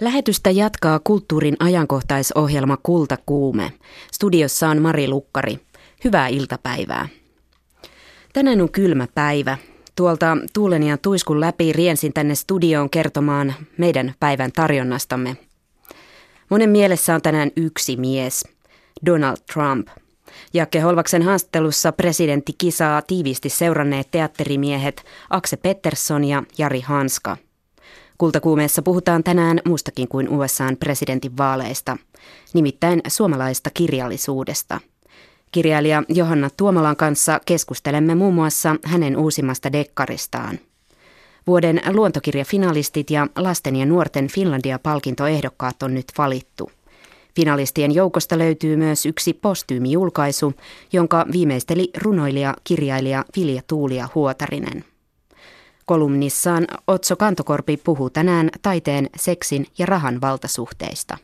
Lähetystä jatkaa kulttuurin ajankohtaisohjelma Kultakuume. Studiossa on Mari Lukkari. Hyvää iltapäivää. Tänään on kylmä päivä. Tuolta tuulen ja tuiskun läpi riensin tänne studioon kertomaan meidän päivän tarjonnastamme. Monen mielessä on tänään yksi mies, Donald Trump. Ja Keholvaksen haastattelussa presidenttikisaa tiiviisti seuranneet teatterimiehet Axe Pettersson ja Jari Hanska. Kultakuumeessa puhutaan tänään muustakin kuin USA:n presidentin vaaleista, nimittäin suomalaista kirjallisuudesta. Kirjailija Johanna Tuomalan kanssa keskustelemme muun muassa hänen uusimmasta dekkaristaan. Vuoden luontokirjafinalistit ja lasten ja nuorten Finlandia-palkintoehdokkaat on nyt valittu. Finalistien joukosta löytyy myös yksi postyymijulkaisu, jonka viimeisteli runoilija, kirjailija Vilja Tuulia Huotarinen. Kolumnissaan Otso Kantokorpi puhuu tänään taiteen, seksin ja rahan valtasuhteista.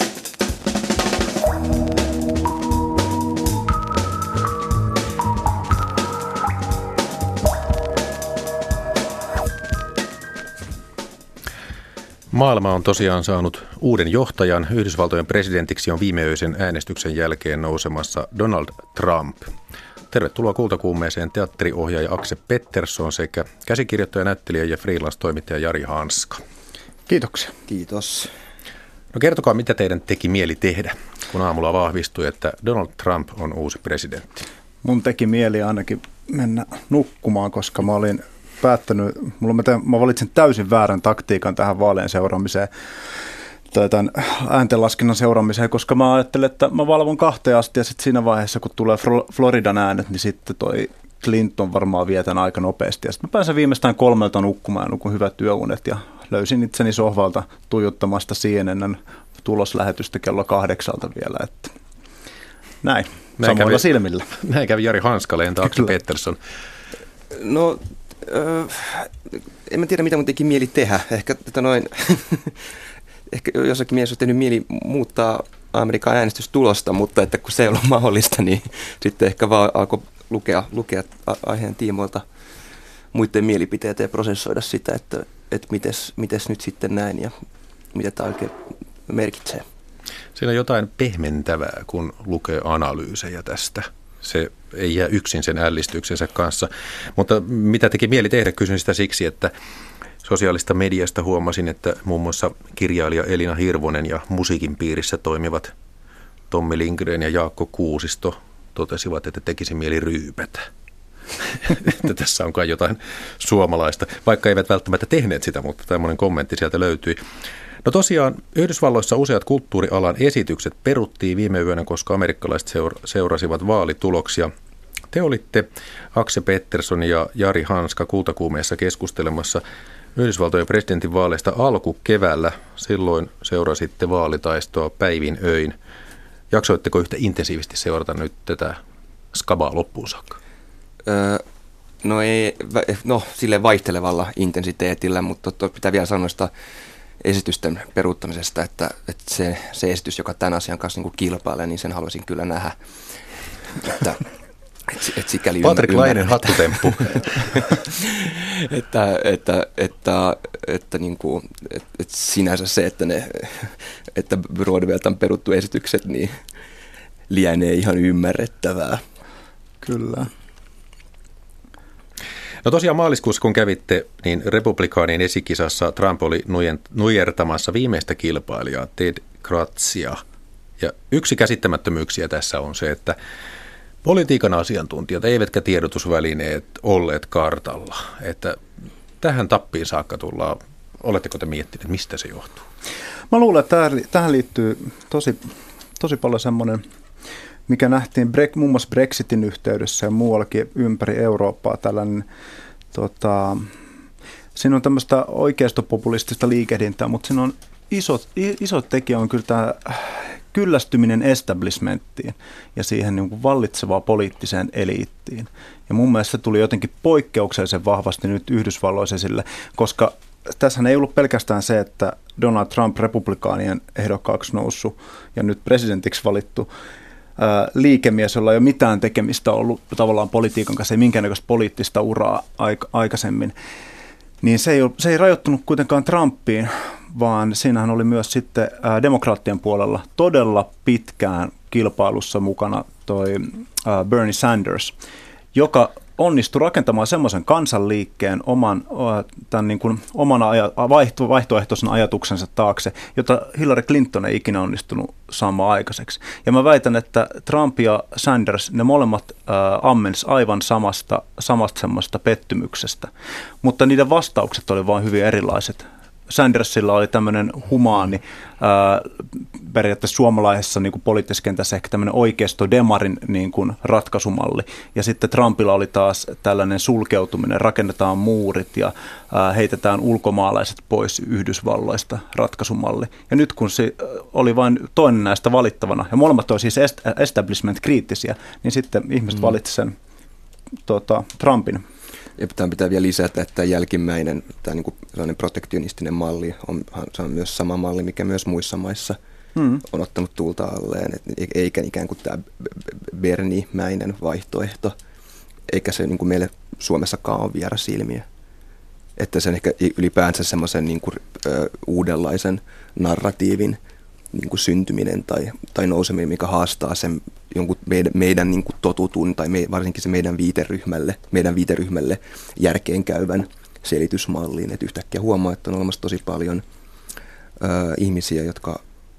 Maailma on tosiaan saanut uuden johtajan. Yhdysvaltojen presidentiksi on viimeöisen äänestyksen jälkeen nousemassa Donald Trump. Tervetuloa Kultakuumeeseen teatteriohjaaja Axe Pettersson sekä käsikirjoittaja, näyttelijä ja freelance-toimittaja Jari Hanska. Kiitoksia. Kiitos. No kertokaa, mitä teidän teki mieli tehdä, kun aamulla vahvistui, että Donald Trump on uusi presidentti? Mun teki mieli ainakin mennä nukkumaan, koska mä olin päättänyt, mä valitsin täysin väärän taktiikan tähän vaalien seuraamiseen, tai tämän ääntenlaskennan seuraamiseen, koska mä ajattelin, että mä valvon 2 asti ja sitten siinä vaiheessa, kun tulee Floridan äänet, niin sitten toi Clinton varmaan vie tämän aika nopeasti. Ja sitten mä pääsen viimeistään 3 nukkumaan ja nukun hyvät työunet ja löysin itseni sohvalta tuijottamasta CNN:n tuloslähetystä kello 8 vielä. Että näin, samoilla silmillä. Näin kävi Jari Hanskalle, entä Axe Pettersson? No, en mä tiedä, mitä mun teki mieli tehdä. Ehkä ehkä jossakin mielessä on tehnyt mieli muuttaa Amerikan äänestystulosta, mutta että kun se ei ollut mahdollista, niin sitten ehkä vaan alkoi lukea aiheen tiimoilta muiden mielipiteitä ja prosessoida sitä, että mites nyt sitten näin ja mitä tämä oikein merkitsee. Siinä on jotain pehmentävää, kun lukee analyysejä tästä. Se ei jää yksin sen ällistyksensä kanssa. Mutta mitä teki mieli tehdä, kysyn sitä siksi, että sosiaalista mediasta huomasin, että muun muassa kirjailija Elina Hirvonen ja musiikin piirissä toimivat Tommi Lindgren ja Jaakko Kuusisto totesivat, että tekisi mieli ryypätä. Että tässä on kai jotain suomalaista, vaikka eivät välttämättä tehneet sitä, mutta tämmöinen kommentti sieltä löytyi. No tosiaan Yhdysvalloissa useat kulttuurialan esitykset peruttiin viime yönä, koska amerikkalaiset seurasivat vaalituloksia. Te olitte Axe Pettersson ja Jari Hanska Kultakuumeessa keskustelemassa Yhdysvaltojen presidentin vaaleista alkukeväällä. Silloin seurasitte vaalitaistoa päivin öin. Jaksoitteko yhtä intensiivisesti seurata nyt tätä skabaa loppuun saakka? Silleen vaihtelevalla intensiteetillä, mutta pitää vielä sanoa sitä esitysten peruuttamisesta, että se esitys, joka tämän asian kanssa niin kilpailee, niin sen haluaisin kyllä nähdä. Että sikäli Patrik Lainen hattutemppu. että sinänsä se, että Broadwaylta on peruttu esitykset, niin lienee ihan ymmärrettävää. Kyllä. No tosiaan maaliskuussa, kun kävitte, niin republikaanien esikisassa Trump oli nujertamassa viimeistä kilpailijaa, Ted Cruzia. Ja yksi käsittämättömyyksiä tässä on se, että politiikan asiantuntijat eivätkä tiedotusvälineet olleet kartalla. Että tähän tappiin saakka tullaan. Oletteko te miettineet, mistä se johtuu? Mä luulen, että tähän liittyy tosi paljon semmoinen, mikä nähtiin muun muassa Brexitin yhteydessä ja muuallakin ympäri Eurooppaa, tällainen, siinä on tämmöistä oikeistopopulistista liikehdintää, mutta siinä on iso tekijä on kyllä tämä kyllästyminen establishmenttiin ja siihen niin kuin vallitsevaan poliittiseen eliittiin. Ja mun mielestä se tuli jotenkin poikkeuksellisen vahvasti nyt Yhdysvalloissa esille, koska tässä ei ollut pelkästään se, että Donald Trump republikaanien ehdokkaaksi noussut ja nyt presidentiksi valittu liikemies, jolla ei ole mitään tekemistä ollut tavallaan politiikan kanssa, ei minkäännäköistä poliittista uraa aikaisemmin, niin se ei rajoittunut kuitenkaan Trumpiin, vaan siinähän oli myös sitten demokraattien puolella todella pitkään kilpailussa mukana toi Bernie Sanders, joka onnistui rakentamaan semmoisen kansanliikkeen oman vaihtoehtoisen ajatuksensa taakse, jota Hillary Clinton ei ikinä onnistunut saamaan aikaiseksi. Ja mä väitän, että Trump ja Sanders, ne molemmat ammens aivan samasta semmoista pettymyksestä, mutta niiden vastaukset oli vain hyvin erilaiset. Sandersilla oli tämmöinen humaani, periaatteessa suomalaisessa niin kuin poliittisessa kentässä ehkä tämmöinen oikeisto-demarin niin kuin ratkaisumalli. Ja sitten Trumpilla oli taas tällainen sulkeutuminen, rakennetaan muurit ja heitetään ulkomaalaiset pois Yhdysvalloista ratkaisumalli. Ja nyt kun se oli vain toinen näistä valittavana, ja molemmat oli siis establishment-kriittisiä, niin sitten ihmiset valitsivat sen Trumpin. Ja tämän pitää vielä lisätä, että jälkimmäinen, tämä niin kuin sellainen protektionistinen malli, se on myös sama malli, mikä myös muissa maissa on ottanut tuulta alleen, eikä ikään kuin tämä Bernie-mäinen vaihtoehto, eikä se niin kuin meille Suomessakaan ole vieras ilmiö. Että sen ehkä ylipäänsä semmoisen niin kuin, uudenlaisen narratiivin niin kuin syntyminen tai nouseminen, mikä haastaa sen jonkun meidän niin kuin totutun tai varsinkin se meidän viiteryhmälle järkeen käyvän selitysmalliin. Että yhtäkkiä huomaa, että on olemassa tosi paljon ihmisiä, jotka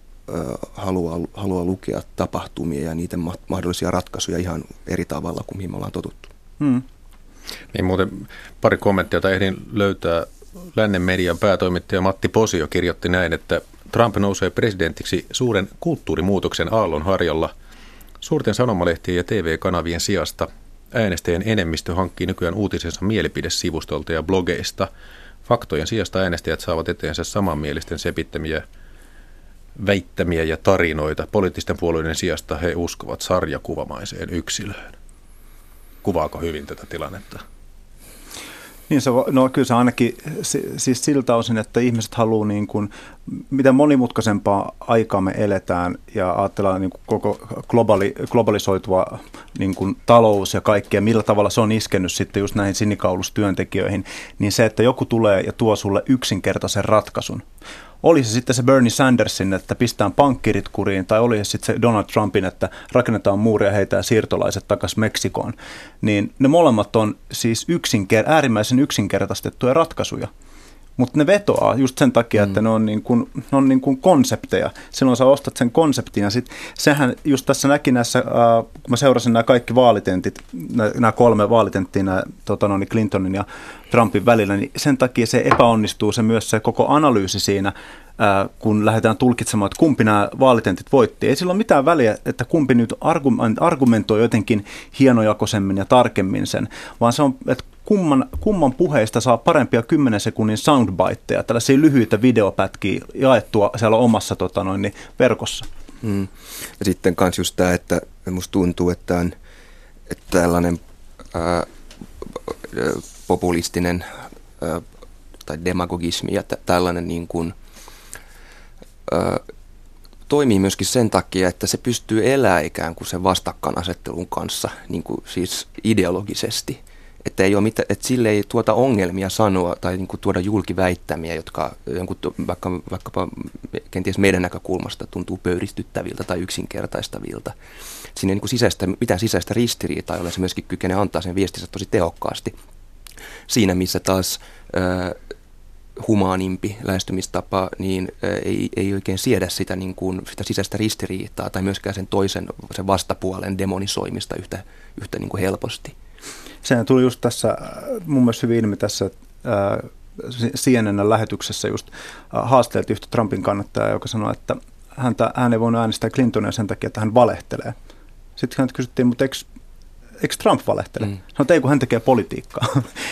haluaa lukea tapahtumia ja niiden mahdollisia ratkaisuja ihan eri tavalla kuin mihin me ollaan totuttu. Niin muuten pari kommenttia, jota ehdin löytää. Lännen median päätoimittaja Matti Posio kirjoitti näin, että Trump nousee presidentiksi suuren kulttuurimuutoksen aallon harjalla. Suurten sanomalehtien ja TV-kanavien sijasta äänestäjien enemmistö hankkii nykyään uutisensa mielipidesivustolta ja blogeista. Faktojen sijasta äänestäjät saavat eteensä samanmielisten sepittämiä väittämiä ja tarinoita. Poliittisten puolueiden sijasta he uskovat sarjakuvamaiseen yksilöön. Kuvaako hyvin tätä tilannetta? Niin kyllä se ainakin siis siltä osin, että ihmiset haluaa niin kuin, mitä monimutkaisempaa aikaa me eletään ja ajatellaan niin kuin koko globalisoituva niin kuin talous ja kaikkea, millä tavalla se on iskenyt sitten just näihin sinikaulustyöntekijöihin, niin se, että joku tulee ja tuo sulle yksinkertaisen ratkaisun. Oli se sitten se Bernie Sandersin, että pistään pankkirit kuriin, tai oli se sitten se Donald Trumpin, että rakennetaan muuria heitä ja siirtolaiset takaisin Meksikoon, niin ne molemmat on siis äärimmäisen yksinkertaistettuja ratkaisuja. Mutta ne vetoaa just sen takia, että ne on niin kuin konsepteja. Silloin sä ostat sen konseptin ja sitten sehän just tässä näki näissä, kun mä seurasin nämä kaikki vaalitentit, nämä 3 vaalitenttiä, Clintonin ja Trumpin välillä, niin sen takia se epäonnistuu se myös se koko analyysi siinä, kun lähdetään tulkitsemaan, että kumpi nämä vaalitentit voitti. Ei sillä ole mitään väliä, että kumpi nyt argumentoi jotenkin hienojakoisemmin ja tarkemmin sen, vaan se on, että kumman puheista saa parempia 10 sekunnin soundbiteja, tällaisia lyhyitä videopätkiä jaettua siellä omassa verkossa. Ja sitten kans just tämä, että musta tuntuu, että tällainen populistinen tai demagogismi ja tällainen niin kuin, toimii myöskin sen takia, että se pystyy elämään ikään kuin sen vastakkainasettelun kanssa niin kuin siis ideologisesti. Että ei ole mitään, että sille ei tuota ongelmia sanoa tai niin kuin tuoda julkiväittämiä, jotka vaikkapa kenties meidän näkökulmasta tuntuu pöyristyttäviltä tai yksinkertaistavilta. Siinä ei niin mitään sisäistä ristiriitaa, jolla se myöskin kykenee antaa sen viestinsä tosi tehokkaasti. Siinä, missä taas humaanimpi lähestymistapa niin ei oikein siedä sitä, niin kuin, sitä sisäistä ristiriitaa tai myöskään sen vastapuolen demonisoimista yhtä niin kuin helposti. Sehän tuli just tässä mun mielestä hyvin ilmi tässä CNN-lähetyksessä just haasteltiin yhtä Trumpin kannattajaa, joka sanoi, että hän ei voinut äänestää Clintonia sen takia, että hän valehtelee. Sitten häntä kysyttiin, mutta eikö Trump valehtele? Sanoin, että ei, kun hän tekee politiikkaa.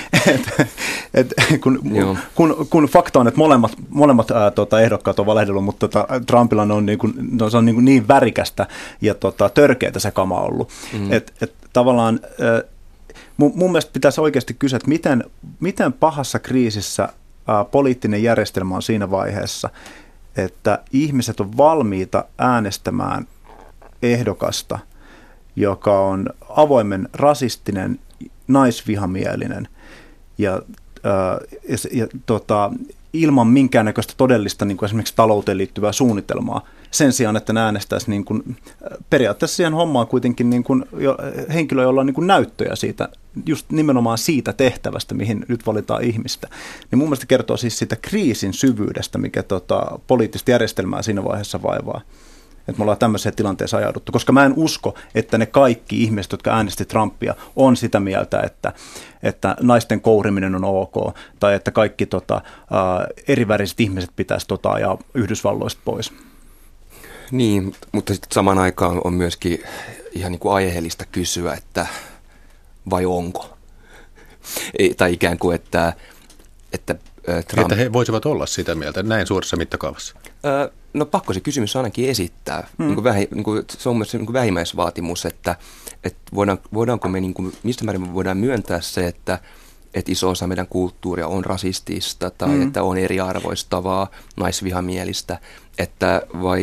kun fakta on, että molemmat ehdokkaat on valehdellut, mutta Trumpilla on se on niin värikästä ja törkeätä se kama ollut. Tavallaan mun mielestä pitäisi oikeasti kysyä, että miten pahassa kriisissä poliittinen järjestelmä on siinä vaiheessa, että ihmiset on valmiita äänestämään ehdokasta, joka on avoimen rasistinen, naisvihamielinen ilman minkäännäköistä todellista niin kuin esimerkiksi talouteen liittyvää suunnitelmaa. Sen sijaan, että ne äänestäisi niin kuin, periaatteessa siihen hommaan kuitenkin niin kuin henkilö, jolla on niin kuin näyttöjä siitä, just nimenomaan siitä tehtävästä, mihin nyt valitaan ihmistä. Niin mun mielestä kertoo siis siitä kriisin syvyydestä, mikä poliittista järjestelmää siinä vaiheessa vaivaa. Että me ollaan tämmöiseen tilanteeseen ajauduttu, koska mä en usko, että ne kaikki ihmiset, jotka äänesti Trumpia, on sitä mieltä, että naisten kouriminen on ok, tai että kaikki eriväriset ihmiset pitäisi ajaa Yhdysvalloista pois. Niin, mutta sitten samaan aikaan on myöskin ihan niin kuin aiheellista kysyä, että vai onko? Tai ikään kuin, että Trump... Että he voisivat olla sitä mieltä näin suuressa mittakaavassa. No pakko se kysymys ainakin esittää. Se on myös niin kuin vähimmäisvaatimus, että voidaanko me, niin kuin, mistä määrin me voidaan myöntää se, että iso osa meidän kulttuuria on rasistista tai että on eriarvoistavaa, naisvihamielistä, että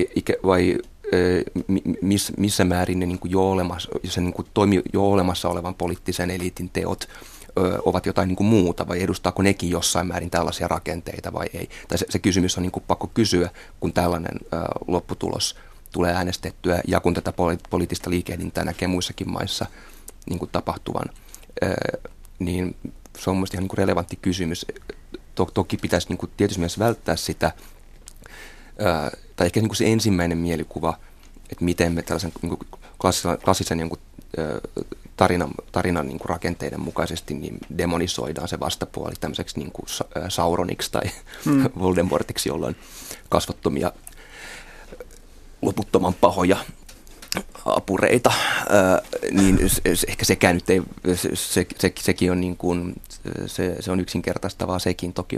missä määrin ne niin kuin jo olemassa olevan poliittisen eliitin teot ovat jotain niin kuin muuta, vai edustaako nekin jossain määrin tällaisia rakenteita vai ei. Tai se kysymys on niin kuin pakko kysyä, kun tällainen lopputulos tulee äänestettyä ja kun tätä poliittista liikehdintää näkee muissakin maissa niin kuin tapahtuvan, niin se on mielestäni ihan niin kuin relevantti kysymys. Toki pitäisi niin kuin tietysti mielessä välttää sitä, tai ehkä niin kuin se ensimmäinen mielikuva, että miten me tällaisen niin kuin klassisen jonkun tarinan niin kuin rakenteiden mukaisesti niin demonisoidaan se vastapuoli tämmöiseksi niin kuin Sauroniksi tai Voldemortiksi, jolloin kasvottomia, loputtoman pahoja apureita, niin ehkä sekään nyt ei, sekin on niin kuin, se on yksinkertaistavaa sekin toki,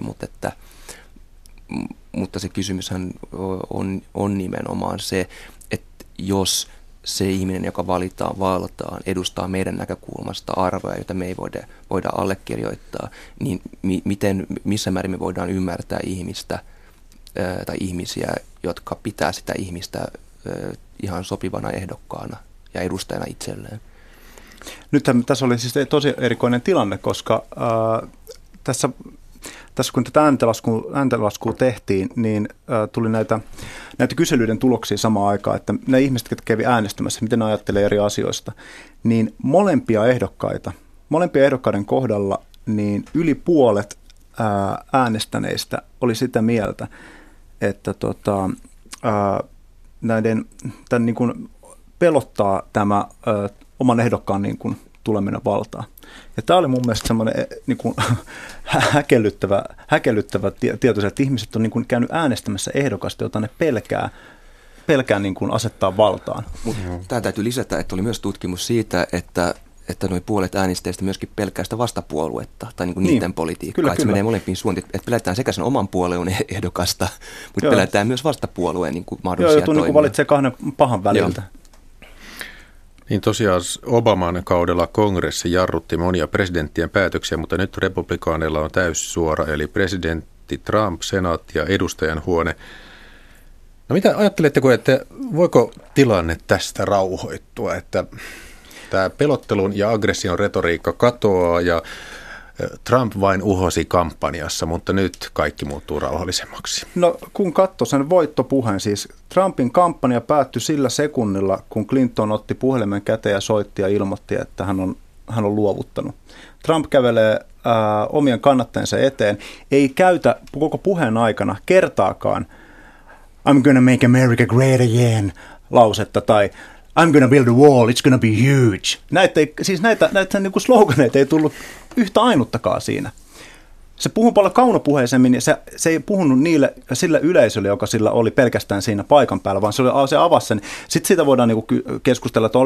mutta se kysymyshän on nimenomaan se, että jos se ihminen, joka valitaan valtaan, edustaa meidän näkökulmasta arvoja, joita me ei voida allekirjoittaa, niin missä määrin me voidaan ymmärtää ihmistä tai ihmisiä, jotka pitää sitä ihmistä ihan sopivana ehdokkaana ja edustajana itselleen. Nythän tässä oli siis tosi erikoinen tilanne, koska tässä kun tätä ääntelaskua tehtiin, niin tuli näitä kyselyiden tuloksia samaan aikaan, että ne ihmiset, jotka kävi äänestämässä, miten ne ajattelee eri asioista, niin molempien ehdokkaiden kohdalla niin yli puolet äänestäneistä oli sitä mieltä, että tämän niin kuin pelottaa tämä oman ehdokkaan niin kuin tuleminen valtaan. Ja tämä oli mun mielestä semmoinen niin kuin häkellyttävä tieto, että ihmiset on niin kuin käynyt äänestämässä ehdokasta, jota ne pelkää niin kuin asettaa valtaan. Tämä täytyy lisätä, että oli myös tutkimus siitä, että noin puolet äänestäjistä myöskin pelkää sitä vastapuoluetta tai niin kuin niiden politiikkaa. Kyllä, että se menee molempiin suuntiin, että pelätään sekä sen oman puolueen ehdokasta, mutta pelätään myös vastapuolueen niin kuin mahdollisia toimia. Niin kuin valitsee kahden pahan väliltä. Niin tosiaan Obaman kaudella kongressi jarrutti monia presidenttien päätöksiä, mutta nyt republikaaneilla on täyssuora, eli presidentti Trump, senaatti ja edustajanhuone. No mitä ajatteletteko, että voiko tilanne tästä rauhoittua, että tämä pelottelun ja aggression retoriikka katoaa ja Trump vain uhosi kampanjassa, mutta nyt kaikki muuttuu rauhallisemmaksi? No kun katsoi sen voittopuheen, siis Trumpin kampanja päättyi sillä sekunnilla, kun Clinton otti puhelimen käteen ja soitti ja ilmoitti, että hän on luovuttanut. Trump kävelee omien kannattajansa eteen, ei käytä koko puheen aikana kertaakaan I'm gonna make America great again lausetta tai I'm gonna build a wall, it's gonna be huge. Näitä niin kuin sloganeita ei tullut yhtä ainuttakaan siinä. Se puhui paljon kaunopuheisemmin ja se ei puhunut sillä yleisölle, joka sillä oli pelkästään siinä paikan päällä, vaan se avasi sen. Sitten siitä voidaan niin kuin keskustella, että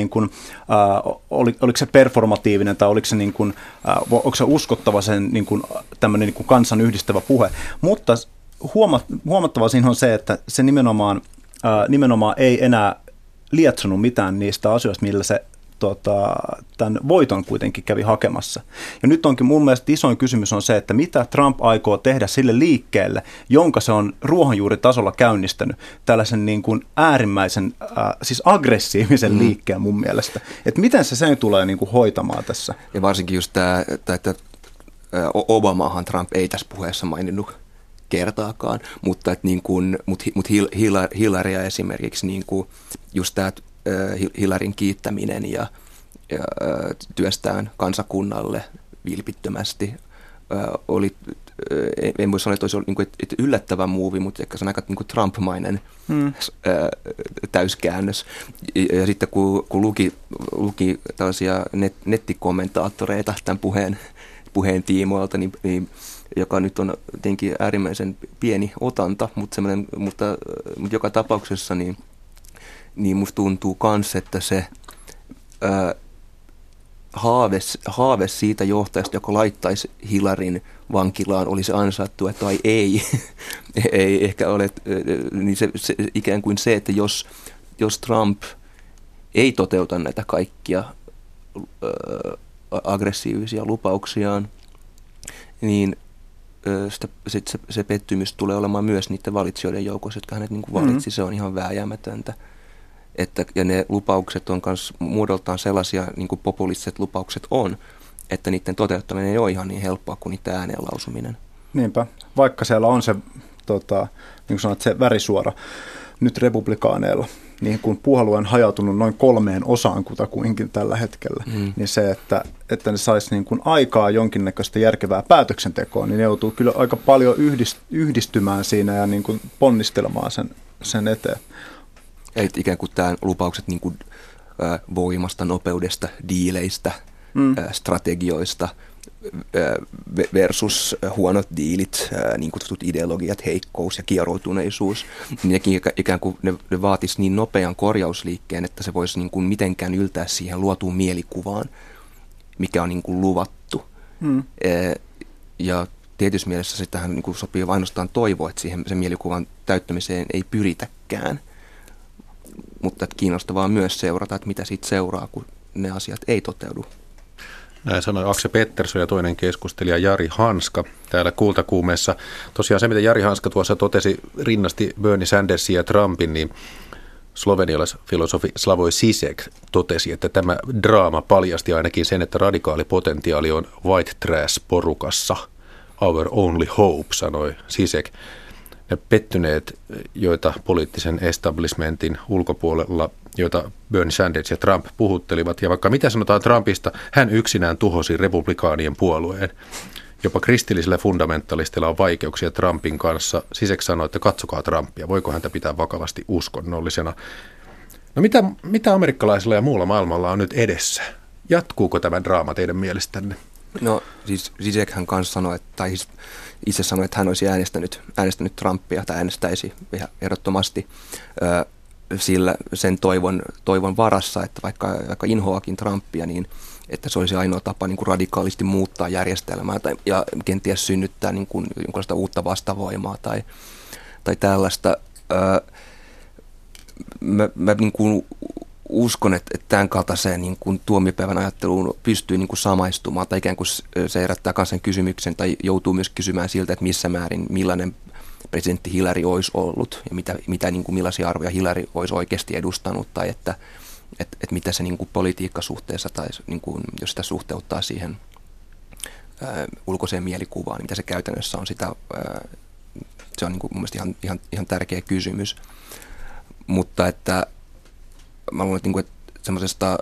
oliko se performatiivinen tai oliko se uskottava sen niin kuin, tämmöinen niin kuin kansan yhdistävä puhe. Mutta huomattavaa siinä on se, että se nimenomaan ei enää lietsonut mitään niistä asioista, millä se tämän voiton kuitenkin kävi hakemassa. Ja nyt onkin mun mielestä isoin kysymys on se, että mitä Trump aikoo tehdä sille liikkeelle, jonka se on ruohonjuuritasolla käynnistänyt, tällaisen niin kuin äärimmäisen, siis aggressiivisen liikkeen mun mielestä. Että miten se sen tulee niin kuin hoitamaan tässä? Ja varsinkin just tämä että Obamaahan Trump ei tässä puheessa maininnut kertaakaan, mutta että niin kuin, Hillarya esimerkiksi niin kuin just tämä Hillaryn kiittäminen ja työstään kansakunnalle vilpittömästi oli, en voi sanoa, että olisi ollut niin kuin, että yllättävä movie, mutta ehkä se on aika niin kuin Trump-mainen täyskäännös. Ja sitten kun luki tällaisia nettikommentaattoreita tämän puheen tiimoilta, niin joka nyt on tietenkin äärimmäisen pieni otanta, mutta joka tapauksessa niin musta tuntuu myös, että se haave siitä johtajasta, joka laittaisi Hillaryn vankilaan, olisi ansaittu, että tai ei, ei ehkä ole, niin se ikään kuin se, että jos Trump ei toteuta näitä kaikkia aggressiivisia lupauksiaan, niin se pettymys tulee olemaan myös niiden valitsijoiden joukossa, jotka hänet niin kuin valitsi. Se on ihan vääjäämätöntä. Ja ne lupaukset on myös muodoltaan sellaisia, niin kuin populistiset lupaukset on, että niiden toteuttaminen ei ole ihan niin helppoa kuin niiden ääneen lausuminen. Niinpä, vaikka siellä on se, niin kuin sanoit, se värisuora nyt republikaaneilla, niin kun puolue on hajautunut noin 3 osaan kutakuinkin tällä hetkellä, niin se, että ne saisi niin kuin aikaa jonkinnäköistä järkevää päätöksentekoa, niin ne joutuu kyllä aika paljon yhdistymään siinä ja niin kuin ponnistelemaan sen eteen. Eli ikään kuin tämä lupaukset niin kuin, voimasta, nopeudesta, diileistä, strategioista versus huonot diilit, niin kutsutut ideologiat, heikkous ja kieroutuneisuus, niin ikään kuin ne vaatisi niin nopean korjausliikkeen, että se voisi niin kuin mitenkään yltää siihen luotuun mielikuvaan, mikä on niin kuin luvattu. Ja tietyssä mielessä se tähän niin kuin sopii ainoastaan toivoa, että siihen sen mielikuvan täyttämiseen ei pyritäkään. Mutta kiinnostavaa myös seurata, että mitä siitä seuraa, kun ne asiat ei toteudu. Näin sanoi Aksel Pettersson ja toinen keskustelija Jari Hanska täällä Kultakuumeessa. Tosiaan se, mitä Jari Hanska tuossa totesi, rinnasti Bernie Sandersin ja Trumpin, niin slovenialaisfilosofi Slavoj Zizek totesi, että tämä draama paljasti ainakin sen, että radikaalipotentiaali on white trash-porukassa. Our only hope, sanoi Zizek. Ne pettyneet, joita poliittisen establishmentin ulkopuolella, joita Bernie Sanders ja Trump puhuttelivat. Ja vaikka mitä sanotaan Trumpista, hän yksinään tuhosi republikaanien puolueen. Jopa kristillisillä fundamentalistilla on vaikeuksia Trumpin kanssa. Zizek sanoi, että katsokaa Trumpia, voiko häntä pitää vakavasti uskonnollisena. No mitä amerikkalaisilla ja muulla maailmalla on nyt edessä? Jatkuuko tämä draama teidän mielestänne? No siis Zizek hän kanssa sanoi, tai itse sanoi, että hän olisi äänestänyt Trumpia tai äänestäisi ihan ehdottomasti sillä sen toivon varassa, että vaikka inhoakin Trumpia, niin että se olisi ainoa tapa niin kuin radikaalisti muuttaa järjestelmää ja kenties synnyttää niin kuin jonkinlaista uutta vastavoimaa tai tällaista. Mä niin kuin uskon, että tämän kaltaiseen niin kuin tuomiopäivän ajatteluun pystyy niin kuin samaistumaan, tai ikään kuin se herättää kanssa kysymyksen, tai joutuu myös kysymään siltä, että missä määrin millainen presidentti Hillary olisi ollut, ja mitä niin kuin millaisia arvoja Hillary olisi oikeasti edustanut, tai että mitä se niin kuin politiikkasuhteessa, tai niin kuin, jos sitä suhteuttaa siihen ulkoiseen mielikuvaan, niin mitä se käytännössä on, se on niin kuin mun mielestä ihan tärkeä kysymys. Mutta että mä luulen, että semmoisesta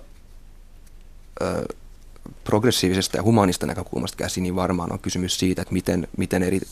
progressiivisesta ja humanista näkökulmasta käsin, niin varmaan on kysymys siitä, että miten eri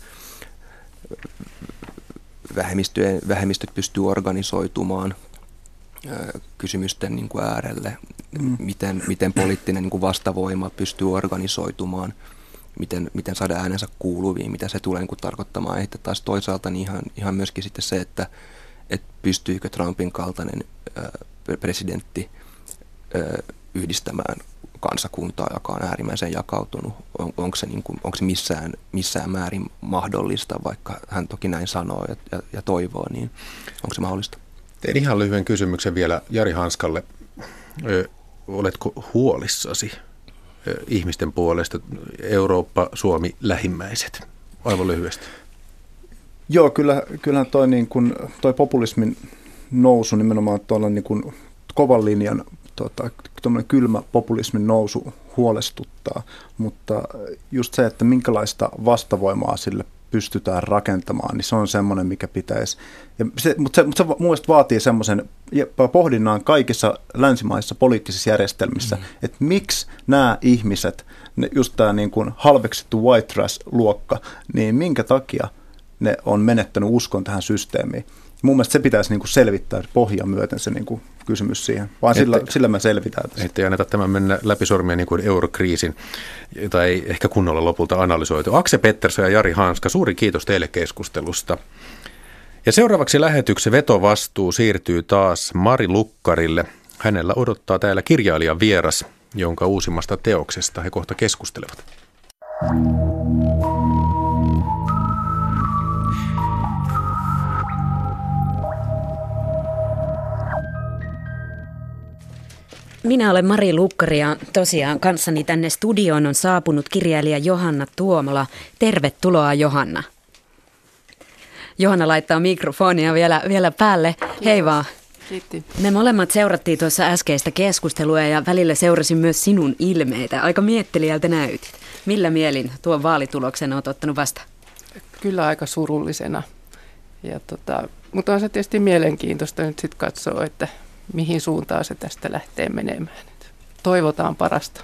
vähemmistöt pystyy organisoitumaan kysymysten niin kuin äärelle, miten poliittinen niin kuin vastavoima pystyy organisoitumaan, miten saada äänensä kuuluviin, mitä se tulee niin kuin tarkoittamaan. Että taas toisaalta niin ihan myöskin sitten se, että pystyykö Trumpin kaltainen presidentti yhdistämään kansakuntaa, joka on äärimmäisen jakautunut. Onko se missään määrin mahdollista, vaikka hän toki näin sanoo ja toivoo, niin onko se mahdollista? Tein ihan lyhyen kysymyksen vielä Jari Hanskalle. Oletko huolissasi ihmisten puolesta, Eurooppa, Suomi, lähimmäiset? Aivan lyhyesti. Joo, kyllähän toi populismin nousu, nimenomaan tuolla niin kuin kovan linjan kylmä populismin nousu huolestuttaa, mutta just se, että minkälaista vastavoimaa sille pystytään rakentamaan, niin se on semmoinen, mikä pitäisi. Mutta se mun mielestä vaatii semmoisen pohdinnan kaikissa länsimaissa poliittisissa järjestelmissä, että miksi nämä ihmiset, just tämä niin kuin halveksittu white trash-luokka, niin minkä takia ne on menettänyt uskon tähän systeemiin. Mun mielestä se pitäisi niin kuin selvittää pohjan myöten se niin kuin kysymys siihen, vaan sillä me selvitään tässä. Ettei anneta tämän mennä läpi sormia niin kuin eurokriisin, jota ei ehkä kunnolla lopulta analysoitu. Akse Pettersson ja Jari Hanska, suuri kiitos teille keskustelusta. Ja seuraavaksi lähetyksen vetovastuu siirtyy taas Mari Lukkarille. Hänellä odottaa täällä kirjailijan vieras, jonka uusimmasta teoksesta he kohta keskustelevat. Minä olen Mari Lukkari ja tosiaan kanssani tänne studioon on saapunut kirjailija Johanna Tuomola. Tervetuloa, Johanna. Johanna laittaa mikrofonia vielä päälle. Kiitos. Hei vaan. Kiitti. Me molemmat seurattiin tuossa äskeistä keskustelua ja välillä seurasin myös sinun ilmeitä. Aika miettelijältä näytit. Millä mielin tuon vaalituloksen olet ottanut vastaan? Kyllä aika surullisena. Mutta on se tietysti mielenkiintoista nyt sitten katsoa, että mihin suuntaan se tästä lähtee menemään. Toivotaan parasta.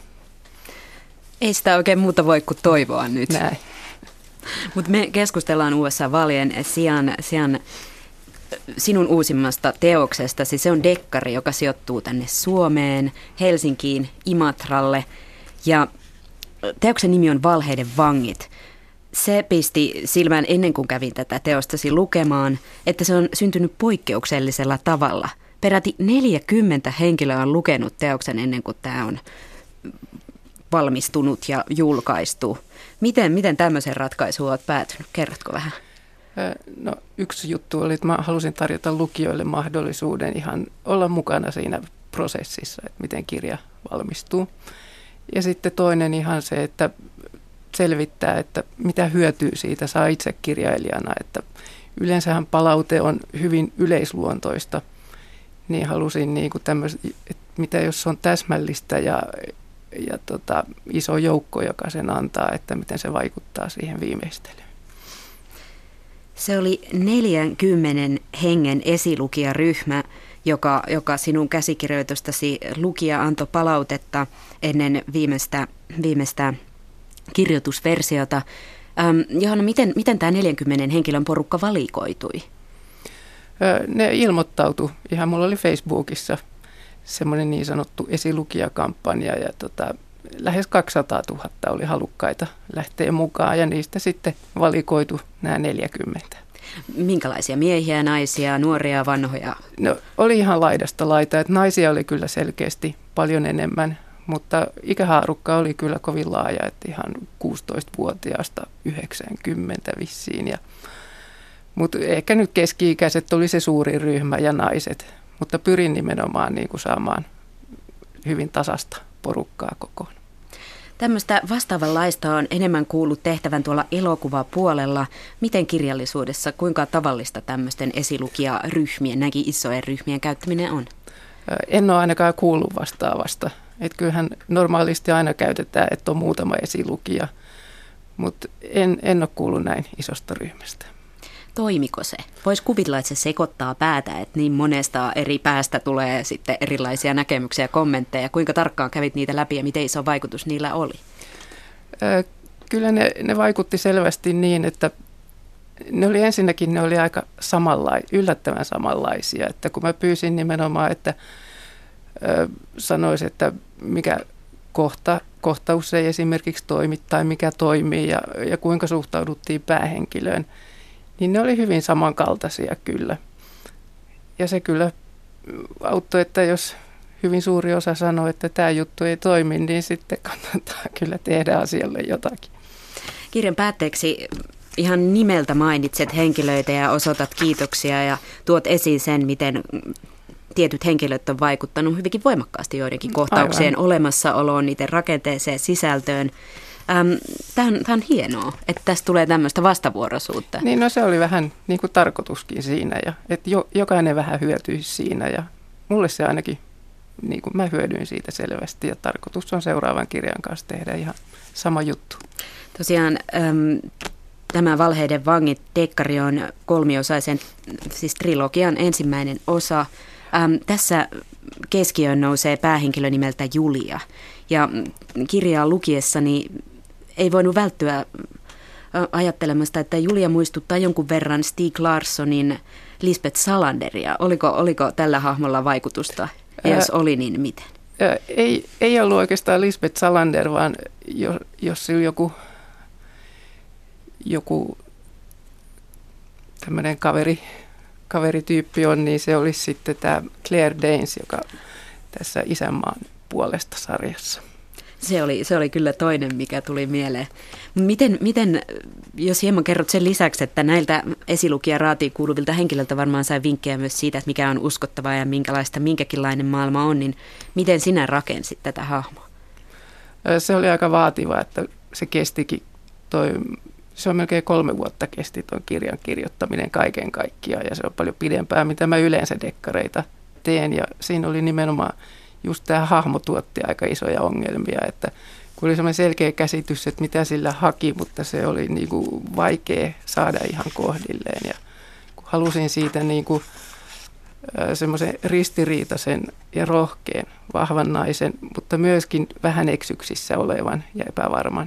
Ei sitä oikein muuta voi kuin toivoa nyt. Näin. Mutta me keskustellaan USA-vaalien sijaan sinun uusimmasta teoksestasi. Se on dekkari, joka sijoittuu tänne Suomeen, Helsinkiin, Imatralle. Ja teoksen nimi on Valheiden vangit. Se pisti silmään ennen kuin kävin tätä teostasi lukemaan, että se on syntynyt poikkeuksellisella tavalla. Peräti 40 henkilöä on lukenut teoksen ennen kuin tämä on valmistunut ja julkaistu. Miten tämmöisen ratkaisuun olet päätynyt? Kerrotko vähän? No, yksi juttu oli, että mä halusin tarjota lukijoille mahdollisuuden ihan olla mukana siinä prosessissa, että miten kirja valmistuu. Ja sitten toinen ihan se, että selvittää, että mitä hyötyä siitä saa itse kirjailijana. Että yleensähän palaute on hyvin yleisluontoista. Niin halusin niin kuin että mitä jos on täsmällistä ja iso joukko, joka sen antaa, että miten se vaikuttaa siihen viimeistelyyn. Se oli 40 hengen esilukijaryhmä, joka sinun käsikirjoitustasi lukija antoi palautetta ennen viimeistä kirjoitusversiota. Johanna, miten tämä 40 henkilön porukka valikoitui? Ne ilmoittautui. Ihan mulla oli Facebookissa semmoinen niin sanottu esilukijakampanja ja lähes 200 000 oli halukkaita lähteä mukaan ja niistä sitten valikoitu nämä 40. Minkälaisia miehiä, naisia, nuoria, vanhoja? No, oli ihan laidasta laita, että naisia oli kyllä selkeästi paljon enemmän, mutta ikähaarukka oli kyllä kovin laaja, että ihan 16-vuotiaasta 90 vissiin. Mutta ehkä nyt keski-ikäiset oli se suurin ryhmä ja naiset, mutta pyrin nimenomaan niin kuin saamaan hyvin tasasta porukkaa kokoon. Tämmöistä vastaavanlaista on enemmän kuullut tehtävän tuolla elokuvapuolella. Miten kirjallisuudessa, kuinka tavallista tämmöisten esilukijaryhmien, näinkin isojen ryhmien käyttäminen on? En ole ainakaan kuullut vastaavasta. Että kyllähän normaalisti aina käytetään, että on muutama esilukija, mutta en ole kuullut näin isosta ryhmästä. Toimiko se? Voisi kuvitella, että se sekoittaa päätä, että niin monesta eri päästä tulee sitten erilaisia näkemyksiä ja kommentteja. Kuinka tarkkaan kävit niitä läpi ja miten iso vaikutus niillä oli? Kyllä ne vaikutti selvästi niin, että ne oli aika yllättävän samanlaisia. Että kun mä pyysin nimenomaan, että sanoisi, että mikä kohtaus ei esimerkiksi toimi tai mikä toimii ja kuinka suhtauduttiin päähenkilöön, niin ne oli hyvin samankaltaisia kyllä. Ja se kyllä auttoi, että jos hyvin suuri osa sanoo, että tämä juttu ei toimi, niin sitten kannattaa kyllä tehdä asialle jotakin. Kirjan päätteeksi ihan nimeltä mainitset henkilöitä ja osoitat kiitoksia ja tuot esiin sen, miten tietyt henkilöt on vaikuttanut hyvinkin voimakkaasti joidenkin kohtauksien olemassaoloon, niiden rakenteeseen, sisältöön. Tämä on hienoa, että tästä tulee tämmöistä vastavuoroisuutta. Niin, no se oli vähän niin kuin tarkoituskin siinä, ja että jokainen vähän hyötyisi siinä, ja mulle se ainakin, niin kuin mä hyödyin siitä selvästi, ja tarkoitus on seuraavan kirjan kanssa tehdä ihan sama juttu. Tosiaan Tämä Valheiden vangit -dekkari on kolmiosaisen, siis trilogian ensimmäinen osa. Tässä keskiöön nousee päähenkilö nimeltä Julia. Ja kirjaa lukiessani ei voinut välttyä ajattelemasta, että Julia muistuttaa jonkun verran Stieg Larssonin Lisbeth Salanderia. Oliko tällä hahmolla vaikutusta? Ja jos oli, niin miten? Ei ollut oikeastaan Lisbeth Salander, vaan jos sillä joku tämmöinen kaverityyppi on, niin se olisi sitten tämä Claire Danes, joka tässä Isänmaan puolesta -sarjassa. Se oli kyllä toinen, mikä tuli mieleen. Miten, jos hieman kerrot sen lisäksi, että näiltä esilukija-raatiin kuuluvilta henkilöiltä varmaan sai vinkkejä myös siitä, että mikä on uskottavaa ja minkäkinlainen maailma on, niin miten sinä rakensit tätä hahmoa? Se oli aika vaativa, että se kestikin se on melkein 3 vuotta kesti tuon kirjan kirjoittaminen kaiken kaikkiaan, ja se on paljon pidempää, mitä mä yleensä dekkareita teen, ja siinä oli nimenomaan just tämä hahmo tuotti aika isoja ongelmia, että kun oli semmoinen selkeä käsitys, että mitä sillä haki, mutta se oli niin kuin vaikea saada ihan kohdilleen, ja kun halusin siitä niin kuin semmoisen ristiriitaisen ja rohkean, vahvan naisen, mutta myöskin vähän eksyksissä olevan ja epävarman.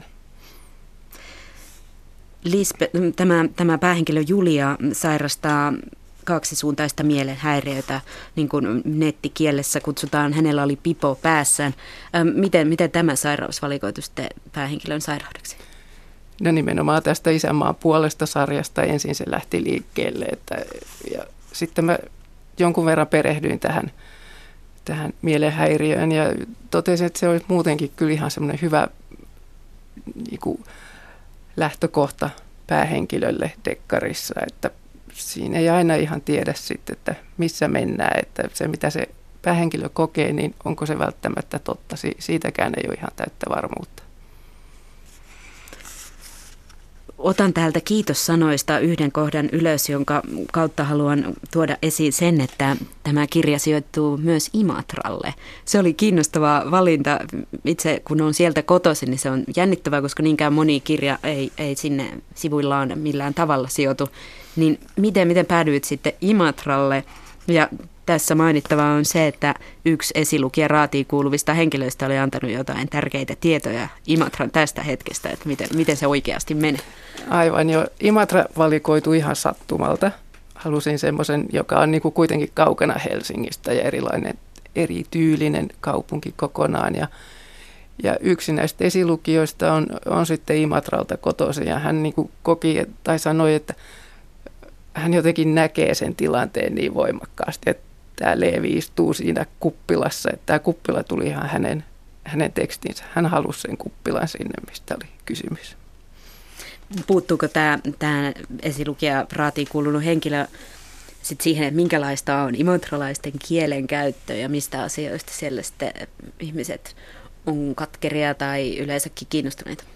Tämä päähenkilö Julia sairastaa kaksisuuntaista mielenhäiriötä, niin kuin nettikielessä kutsutaan. Hänellä oli pipo päässään. Miten tämä sairaus valikoitui sitten päähenkilön sairaudeksi? No nimenomaan tästä Isänmaan puolesta -sarjasta ensin se lähti liikkeelle. Ja sitten mä jonkun verran perehdyin tähän mielenhäiriöön ja totesin, että se olisi muutenkin kyllä ihan semmoinen hyvä niin kuin lähtökohta päähenkilölle dekkarissa, että siinä ei aina ihan tiedä sitten, että missä mennään, että se mitä se päähenkilö kokee, niin onko se välttämättä totta, siitäkään ei ole ihan täyttä varmuutta. Otan täältä kiitossanoista yhden kohdan ylös, jonka kautta haluan tuoda esiin sen, että tämä kirja sijoittuu myös Imatralle. Se oli kiinnostava valinta. Itse kun on sieltä kotoisin, niin se on jännittävää, koska niinkään moni kirja ei sinne sivuillaan millään tavalla sijoitu. Niin miten päädyit sitten Imatralle? Ja tässä mainittavaa on se, että yksi esilukija raatiin kuuluvista henkilöistä oli antanut jotain tärkeitä tietoja Imatran tästä hetkestä, että miten se oikeasti menee. Aivan jo. Imatra valikoitui ihan sattumalta. Halusin semmoisen, joka on niinku kuitenkin kaukana Helsingistä ja erityylinen kaupunki kokonaan. Ja yksi näistä esilukijoista on sitten Imatralta kotoisin ja hän niinku koki tai sanoi, että hän jotenkin näkee sen tilanteen niin voimakkaasti, että tämä Leevi istuu siinä kuppilassa, että tämä kuppila tuli ihan hänen tekstinsä. Hän halusi sen kuppilan sinne, mistä oli kysymys. Puuttuuko tämä esilukija raatiin kuulunut henkilö sit siihen, että minkälaista on imatralaisten kielenkäyttö ja mistä asioista siellä sitten ihmiset on katkeria tai yleensäkin kiinnostuneita?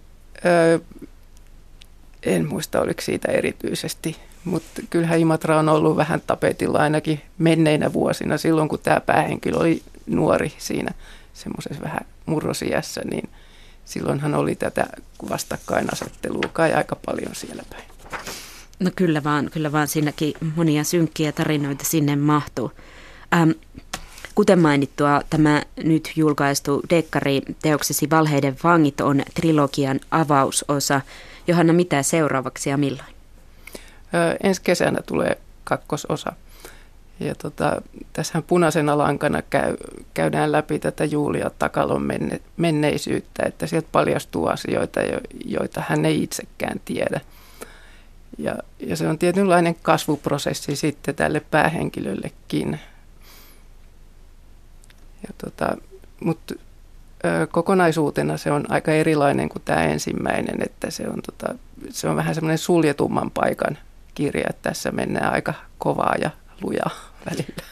En muista, oliko siitä erityisesti, mutta kyllähän Imatra on ollut vähän tapetilla ainakin menneinä vuosina. Silloin kun tämä päähenkilö oli nuori siinä semmoisessa vähän murrosiässä, niin silloinhan oli tätä vastakkainasettelua kai aika paljon siellä päin. No kyllä vaan siinäkin monia synkkiä tarinoita sinne mahtuu. Kuten mainittua, tämä nyt julkaistu dekkari teoksesi Valheiden vangit on trilogian avausosa. Johanna, mitä seuraavaksi ja milloin? Ensi kesänä tulee 2. osa. Ja tässähän punaisena lankana käydään läpi tätä Julia Takalon menneisyyttä, että sieltä paljastuu asioita, joita hän ei itsekään tiedä. Ja se on tietynlainen kasvuprosessi sitten tälle päähenkilöllekin. Mutta kokonaisuutena se on aika erilainen kuin tämä ensimmäinen, että se on vähän semmoinen suljetumman paikan kirja, että tässä mennään aika kovaa ja lujaa välillä.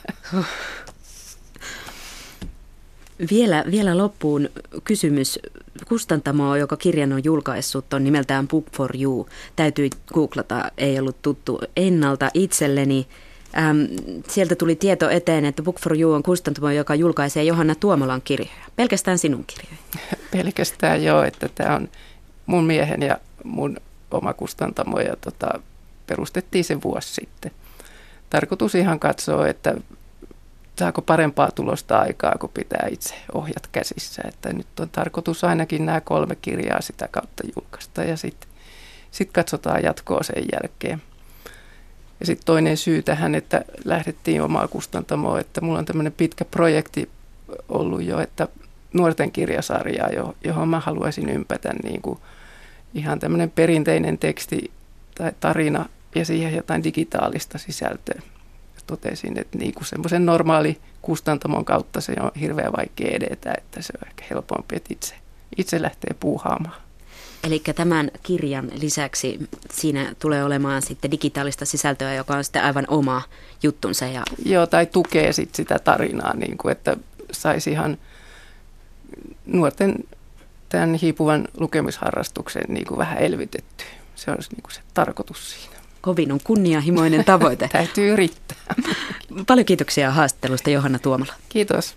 Vielä loppuun kysymys. Kustantamo, joka kirjan on julkaissut, on nimeltään Book for You. Täytyi googlata, ei ollut tuttu ennalta itselleni. Sieltä tuli tieto eteen, että Book for You on kustantamo, joka julkaisee Johanna Tuomolan kirjoja. Pelkästään sinun kirjoja. Pelkästään joo, että tämä on mun miehen ja mun oma kustantamo ja perustettiin se vuosi sitten. Tarkoitus ihan katsoa, että saako parempaa tulosta aikaa, kun pitää itse ohjat käsissä. Että nyt on tarkoitus ainakin nämä 3 kirjaa sitä kautta julkaista ja sitten katsotaan jatkoa sen jälkeen. Ja sitten toinen syy tähän, että lähdettiin omaa kustantamoa, että mulla on tämmöinen pitkä projekti ollut jo, että nuorten kirjasarjaa, johon mä haluaisin ympätä niin kuin ihan tämmöinen perinteinen teksti tai tarina ja siihen jotain digitaalista sisältöä. Totesin, että niin kuin semmoisen normaali kustantamon kautta se on hirveän vaikea edetä, että se on ehkä helpompi, että itse lähtee puuhaamaan. Eli tämän kirjan lisäksi siinä tulee olemaan sitten digitaalista sisältöä, joka on sitten aivan oma juttunsa. Joo, tai tukee sitten sitä tarinaa, niin kuin, että saisi ihan nuorten tämän hiipuvan lukemisharrastuksen niin kuin vähän elvytettyä. Se olisi niin kuin se tarkoitus siinä. Kovin on kunnianhimoinen tavoite. Täytyy yrittää. Paljon kiitoksia haastattelusta, Johanna Tuomala. Kiitos.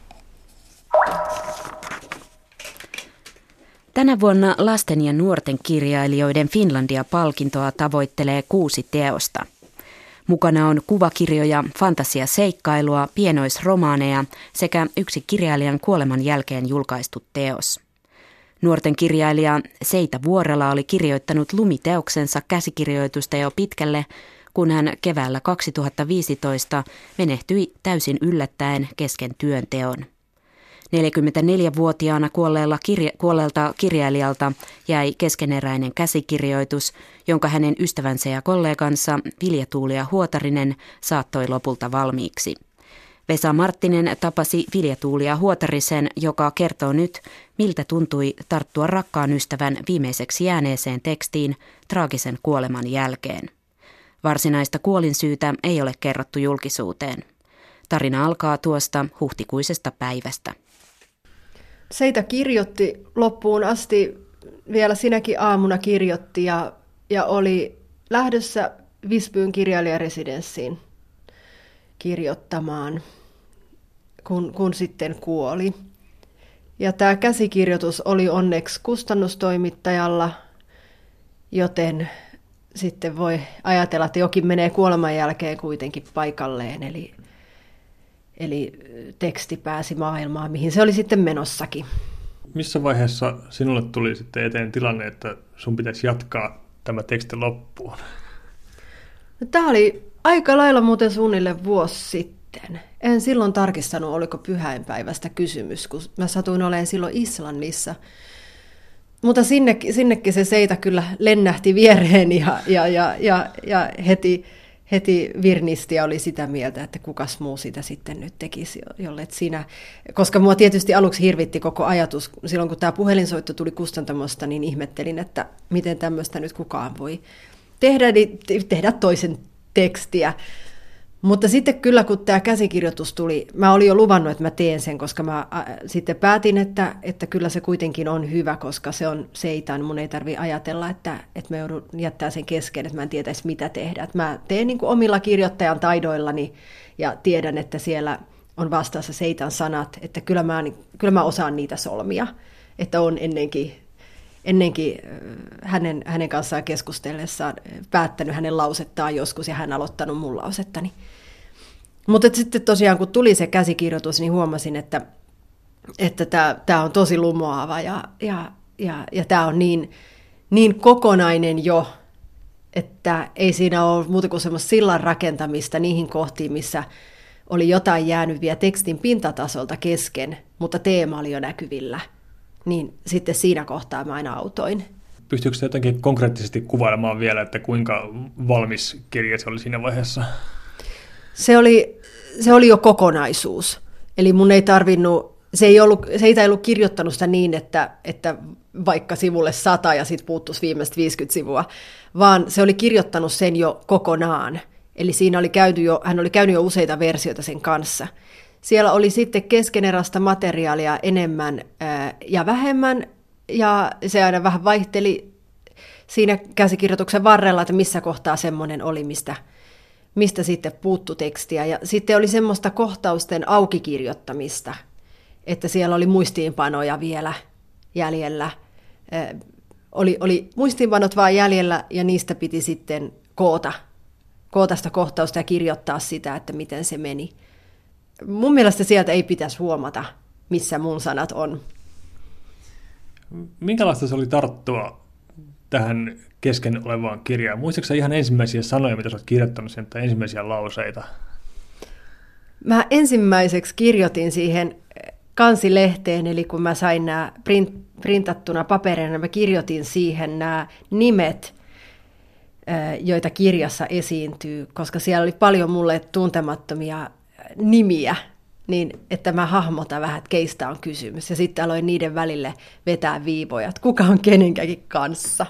Tänä vuonna lasten ja nuorten kirjailijoiden Finlandia-palkintoa tavoittelee 6 teosta. Mukana on kuvakirjoja, fantasiaseikkailua, pienoisromaaneja sekä yksi kirjailijan kuoleman jälkeen julkaistu teos. Nuorten kirjailija Seita Vuorela oli kirjoittanut lumiteoksensa käsikirjoitusta jo pitkälle, kun hän keväällä 2015 menehtyi täysin yllättäen kesken työnteon. 44-vuotiaana kuolleelta kirjailijalta jäi keskeneräinen käsikirjoitus, jonka hänen ystävänsä ja kollegansa Vilja-Tuulia Huotarinen saattoi lopulta valmiiksi. Vesa Marttinen tapasi Vilja-Tuulia Huotarisen, joka kertoo nyt, miltä tuntui tarttua rakkaan ystävän viimeiseksi jääneeseen tekstiin traagisen kuoleman jälkeen. Varsinaista kuolinsyytä ei ole kerrottu julkisuuteen. Tarina alkaa tuosta huhtikuisesta päivästä. Seita kirjoitti loppuun asti, vielä sinäkin aamuna kirjoitti ja oli lähdössä Visbyyn kirjailijaresidenssiin kirjoittamaan, kun sitten kuoli. Ja tämä käsikirjoitus oli onneksi kustannustoimittajalla, joten sitten voi ajatella, että jokin menee kuoleman jälkeen kuitenkin paikalleen, eli teksti pääsi maailmaan, mihin se oli sitten menossakin. Missä vaiheessa sinulle tuli sitten eteen tilanne, että sun pitäisi jatkaa tämä teksti loppuun? No, tämä oli aika lailla muuten suunnilleen vuosi sitten. En silloin tarkistanut, oliko pyhäinpäivästä kysymys, kun mä satuin olemaan silloin Islannissa. Mutta sinnekin se Seita kyllä lennähti viereen ja heti virnisti ja oli sitä mieltä, että kukas muu sitä sitten nyt tekisi, jollet sinä. Koska mua tietysti aluksi hirvitti koko ajatus. Silloin kun tämä puhelinsoitto tuli kustantamosta, niin ihmettelin, että miten tämmöistä nyt kukaan voi tehdä toisen tekstiä. Mutta sitten kyllä, kun tämä käsikirjoitus tuli, mä olin jo luvannut, että mä teen sen, koska mä sitten päätin, että kyllä se kuitenkin on hyvä, koska se on Seitan. Mun ei tarvitse ajatella, että mä joudun jättää sen kesken, että mä en tietäisi mitä tehdä. Että mä teen niin kuin omilla kirjoittajan taidoillani ja tiedän, että siellä on vastassa Seitan sanat, että kyllä mä osaan niitä solmia, että on ennenkin hänen kanssaan keskustellessaan päättänyt hänen lausettaan joskus ja hän aloittanut mun lausettani. Mutta sitten tosiaan kun tuli se käsikirjoitus, niin huomasin, että tämä on tosi lumoava ja tämä on niin kokonainen jo, että ei siinä ole muuta kuin semmoista sillan rakentamista niihin kohtiin, missä oli jotain jäänyt vielä tekstin pintatasolta kesken, mutta teema oli jo näkyvillä. Niin sitten siinä kohtaa mä aina autoin. Pystyykö se jotenkin konkreettisesti kuvailemaan vielä, että kuinka valmis kirja se oli siinä vaiheessa? Se oli jo kokonaisuus. Eli mun ei tarvinnut, se ei ollut kirjoittanut sitä niin, että vaikka sivulle 100 ja sitten puuttuisi viimeiset 50 sivua, vaan se oli kirjoittanut sen jo kokonaan. Eli siinä hän oli käynyt jo useita versioita sen kanssa. Siellä oli sitten keskeneräistä materiaalia enemmän ja vähemmän, ja se aina vähän vaihteli siinä käsikirjoituksen varrella, että missä kohtaa semmoinen oli, mistä sitten puuttu tekstiä. Ja sitten oli semmoista kohtausten aukikirjoittamista, että siellä oli muistiinpanoja vielä jäljellä oli muistiinpanot vaan jäljellä ja niistä piti sitten koota sitä kohtausta ja kirjoittaa sitä, että miten se meni. Mun mielestä sieltä ei pitäisi huomata, missä mun sanat on. Minkälaista se oli tarttua tähän kesken olevaan kirjaan? Muistatko sä ihan ensimmäisiä sanoja, mitä sä olet kirjoittanut sen, tai ensimmäisiä lauseita? Mä ensimmäiseksi kirjoitin siihen kansilehteen, eli kun mä sain nämä printattuna paperina, mä kirjoitin siihen nämä nimet, joita kirjassa esiintyy, koska siellä oli paljon mulle tuntemattomia nimiä, niin että mä hahmotan vähän, että keistä on kysymys. Ja sitten aloin niiden välille vetää viivoja, että kuka on kenenkäkin kanssa.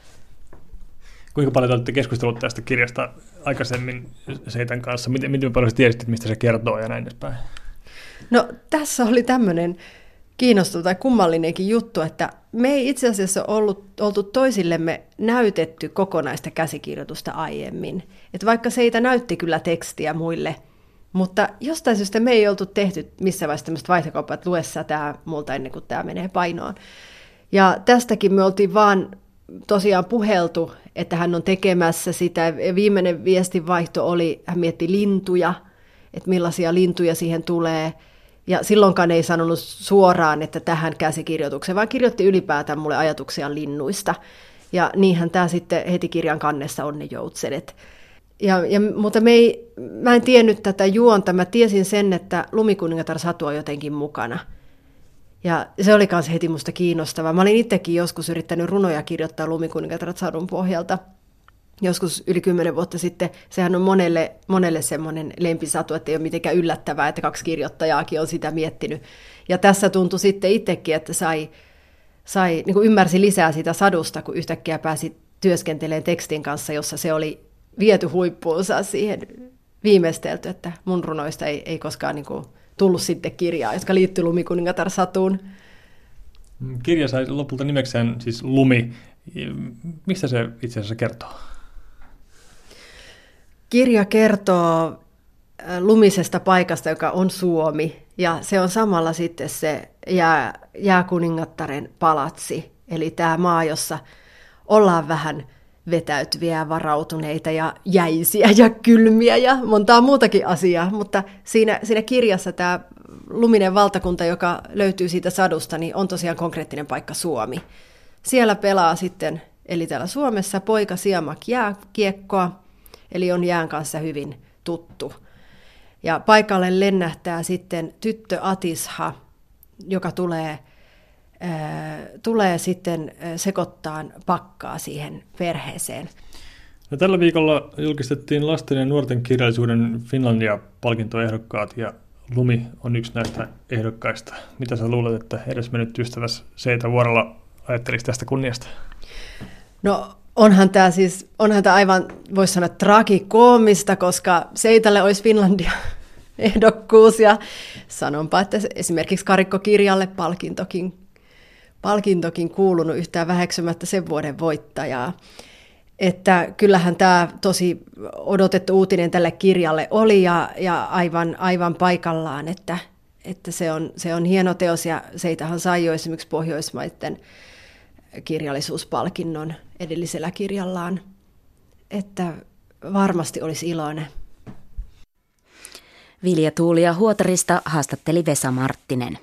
Kuinka paljon te olette keskustellut tästä kirjasta aikaisemmin Seitan kanssa? Miten paljon tiesit, mistä se kertoo ja näin edespäin? No tässä oli tämmöinen kiinnostava tai kummallinenkin juttu, että me ei itse asiassa oltu toisillemme näytetty kokonaista käsikirjoitusta aiemmin. Että vaikka Seita näytti kyllä tekstiä muille, mutta jostain syystä me ei oltu tehty missään vaiheessa tämmöistä vaihtokauppaa, että lue sä tämä multa ennen kuin tämä menee painoon. Ja tästäkin me oltiin vaan tosiaan puheltu, että hän on tekemässä sitä. Viimeinen viestinvaihto oli, hän mietti lintuja, että millaisia lintuja siihen tulee. Ja silloinkaan ei sanonut suoraan, että tähän käsikirjoitukseen, vaan kirjoitti ylipäätään mulle ajatuksia linnuista. Ja niinhän tämä sitten heti kirjan kannessa on ne joutsenet. Mutta mä en tiennyt tätä juonta. Mä tiesin sen, että Lumikuningatar Satu on jotenkin mukana. Ja se oli myös heti musta kiinnostavaa. Mä olin itsekin joskus yrittänyt runoja kirjoittaa Lumikuningatar Satun pohjalta. Joskus yli 10 vuotta sitten. Sehän on monelle semmoinen lempisatu, että ei ole mitenkään yllättävää, että 2 kirjoittajaakin on sitä miettinyt. Ja tässä tuntui sitten itsekin, että niin kuin ymmärsi lisää sitä sadusta, kun yhtäkkiä pääsi työskentelemään tekstin kanssa, jossa se oli viety huippuunsa siihen viimeistelty, että mun runoista ei koskaan niin kuin tullut sitten kirjaa, jotka liittyy Lumikuningatar Satuun. Kirja sai lopulta nimekseen siis Lumi. Mistä se itse asiassa kertoo? Kirja kertoo lumisesta paikasta, joka on Suomi, ja se on samalla sitten se jääkuningattaren palatsi, eli tämä maa, jossa ollaan vähän vetäytyviä ja varautuneita ja jäisiä ja kylmiä ja montaa muutakin asiaa, mutta siinä kirjassa tämä luminen valtakunta, joka löytyy siitä sadusta, niin on tosiaan konkreettinen paikka Suomi. Siellä pelaa sitten, eli täällä Suomessa, poika Siamak jääkiekkoa, eli on jään kanssa hyvin tuttu. Ja paikalle lennähtää sitten tyttö Atisha, joka tulee sitten sekoittaan pakkaa siihen perheeseen. No, tällä viikolla julkistettiin lasten ja nuorten kirjallisuuden Finlandia-palkintoehdokkaat, ja Lumi on yksi näistä ehdokkaista. Mitä sä luulet, että edesmennyt ystäväsi Seita Vuorela ajattelisi tästä kunniasta? No onhan tämä aivan, voisi sanoa, tragikoomista, koska Seitalle olisi Finlandia-ehdokkuus, ja sanonpa, että esimerkiksi Karikkokirjalle palkintokin kuulunut yhtään väheksymättä sen vuoden voittajaa. Että kyllähän tämä tosi odotettu uutinen tälle kirjalle oli ja aivan paikallaan, että se on hieno teos, ja Seitahan sai jo esimerkiksi Pohjoismaiden kirjallisuuspalkinnon edellisellä kirjallaan, että varmasti olisi iloinen. Vilja Tuulia Huotarista haastatteli Vesa Marttinen.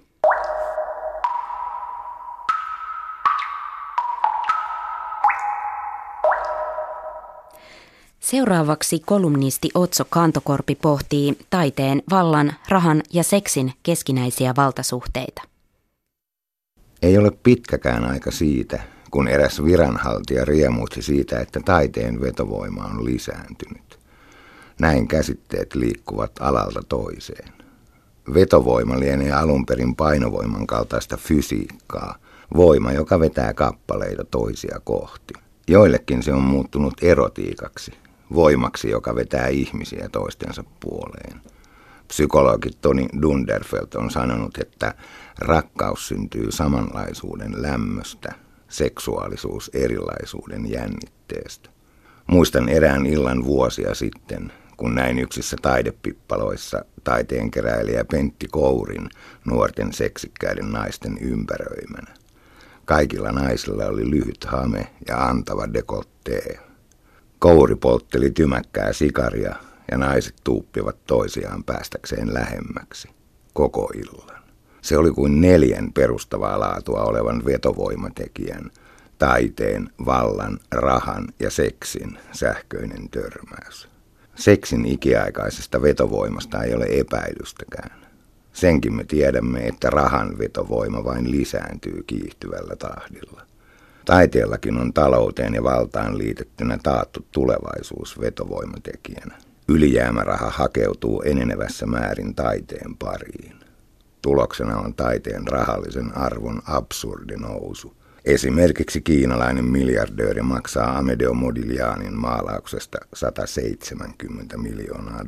Seuraavaksi kolumnisti Otso Kantokorpi pohtii taiteen, vallan, rahan ja seksin keskinäisiä valtasuhteita. Ei ole pitkäkään aika siitä, kun eräs viranhaltija riemuitsi siitä, että taiteen vetovoima on lisääntynyt. Näin käsitteet liikkuvat alalta toiseen. Vetovoima lienee alun perin painovoiman kaltaista fysiikkaa, voima, joka vetää kappaleita toisia kohti. Joillekin se on muuttunut erotiikaksi, voimaksi, joka vetää ihmisiä toistensa puoleen. Psykologi Toni Dunderfeld on sanonut, että rakkaus syntyy samanlaisuuden lämmöstä, seksuaalisuus erilaisuuden jännitteestä. Muistan erään illan vuosia sitten, kun näin yksissä taidepippaloissa taiteenkeräilijä Pentti Kourin nuorten seksikkäiden naisten ympäröimänä. Kaikilla naisilla oli lyhyt hame ja antava dekoltee. Kouri poltteli tymäkkää sikaria ja naiset tuuppivat toisiaan päästäkseen lähemmäksi koko illan. Se oli kuin 4 perustavaa laatua olevan vetovoimatekijän, taiteen, vallan, rahan ja seksin sähköinen törmäys. Seksin ikiaikaisesta vetovoimasta ei ole epäilystäkään. Senkin me tiedämme, että rahan vetovoima vain lisääntyy kiihtyvällä tahdilla. Taiteellakin on talouteen ja valtaan liitettynä taattu tulevaisuus vetovoimatekijänä. Ylijäämäraha hakeutuu enenevässä määrin taiteen pariin. Tuloksena on taiteen rahallisen arvon absurdi nousu. Esimerkiksi kiinalainen miljardööri maksaa Amedeo Modiglianin maalauksesta $170 miljoonaa.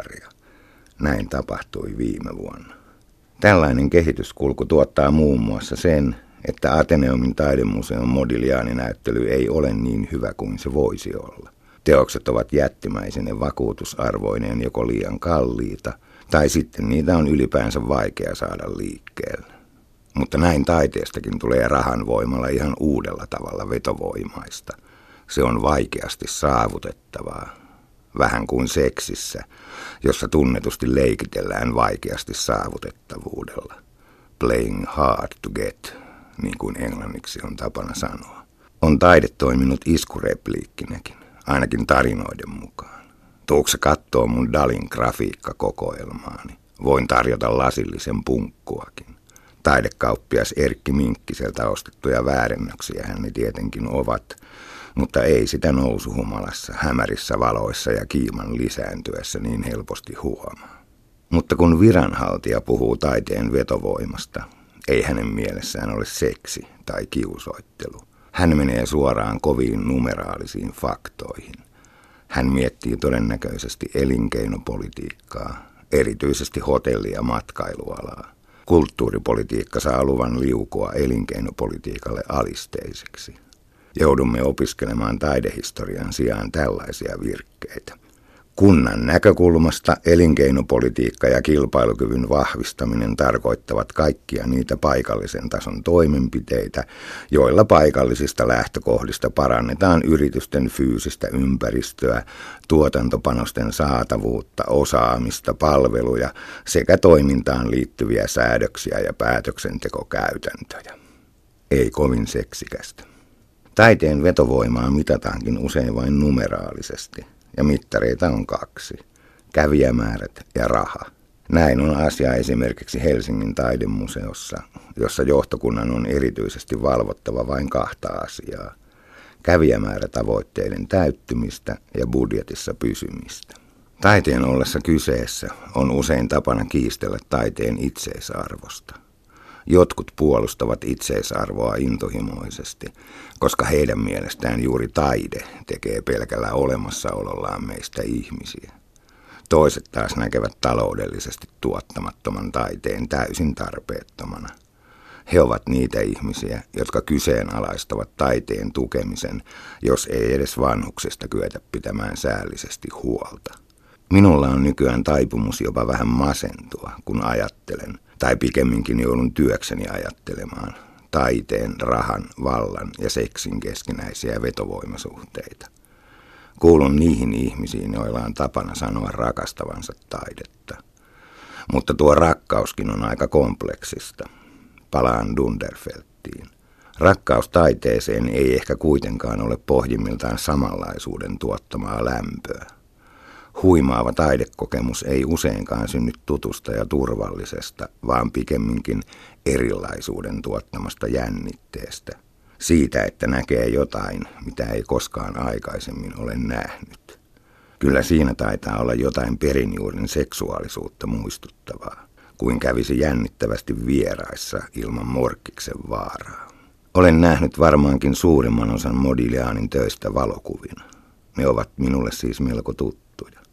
Näin tapahtui viime vuonna. Tällainen kehityskulku tuottaa muun muassa sen, että Ateneumin taidemuseon Modigliani-näyttely ei ole niin hyvä kuin se voisi olla. Teokset ovat jättimäisen ja vakuutusarvoineen joko liian kalliita, tai sitten niitä on ylipäänsä vaikea saada liikkeelle. Mutta näin taiteestakin tulee rahan voimalla ihan uudella tavalla vetovoimaista. Se on vaikeasti saavutettavaa. Vähän kuin seksissä, jossa tunnetusti leikitellään vaikeasti saavutettavuudella. Playing hard to get, niin kuin englanniksi on tapana sanoa. On taide toiminut iskurepliikkinäkin, ainakin tarinoiden mukaan. Tuukse kattoo mun Dalin grafiikkakokoelmaani. Voin tarjota lasillisen punkkuakin. Taidekauppias Erkki Minkkiseltä ostettuja väärennöksiä hän ne tietenkin ovat, mutta ei sitä nousuhumalassa, hämärissä valoissa ja kiiman lisääntyessä niin helposti huomaa. Mutta kun viranhaltija puhuu taiteen vetovoimasta, ei hänen mielessään ole seksi tai kiusoittelu. Hän menee suoraan koviin numeraalisiin faktoihin. Hän miettii todennäköisesti elinkeinopolitiikkaa, erityisesti hotelli- ja matkailualaa. Kulttuuripolitiikka saa luvan liukua elinkeinopolitiikalle alisteiseksi. Joudumme opiskelemaan taidehistorian sijaan tällaisia virkkeitä. Kunnan näkökulmasta elinkeinopolitiikka ja kilpailukyvyn vahvistaminen tarkoittavat kaikkia niitä paikallisen tason toimenpiteitä, joilla paikallisista lähtökohdista parannetaan yritysten fyysistä ympäristöä, tuotantopanosten saatavuutta, osaamista, palveluja sekä toimintaan liittyviä säädöksiä ja päätöksentekokäytäntöjä. Ei kovin seksikästä. Taiteen vetovoimaa mitataankin usein vain numeraalisesti. Ja mittareita on 2, kävijämäärät ja raha. Näin on asia esimerkiksi Helsingin taidemuseossa, jossa johtokunnan on erityisesti valvottava vain 2 asiaa. Kävijämäärätavoitteiden täyttymistä ja budjetissa pysymistä. Taiteen ollessa kyseessä on usein tapana kiistellä taiteen itseisarvosta. Jotkut puolustavat itseisarvoa intohimoisesti, koska heidän mielestään juuri taide tekee pelkällä olemassaolollaan meistä ihmisiä. Toiset taas näkevät taloudellisesti tuottamattoman taiteen täysin tarpeettomana. He ovat niitä ihmisiä, jotka kyseenalaistavat taiteen tukemisen, jos ei edes vanhuksista kyetä pitämään säällisesti huolta. Minulla on nykyään taipumus jopa vähän masentua, kun ajattelen, tai pikemminkin joudun työkseni ajattelemaan, taiteen, rahan, vallan ja seksin keskinäisiä vetovoimasuhteita. Kuulun niihin ihmisiin, joilla on tapana sanoa rakastavansa taidetta. Mutta tuo rakkauskin on aika kompleksista. Palaan Dunderfelttiin. Rakkaus taiteeseen ei ehkä kuitenkaan ole pohjimmiltaan samanlaisuuden tuottamaa lämpöä. Huimaava taidekokemus ei useinkaan synny tutusta ja turvallisesta, vaan pikemminkin erilaisuuden tuottamasta jännitteestä. Siitä, että näkee jotain, mitä ei koskaan aikaisemmin ole nähnyt. Kyllä siinä taitaa olla jotain perinjuurin seksuaalisuutta muistuttavaa, kuin kävisi jännittävästi vieraissa ilman morkkiksen vaaraa. Olen nähnyt varmaankin suurimman osan Modiglianin töistä valokuvina. Ne ovat minulle siis melko tuttuja.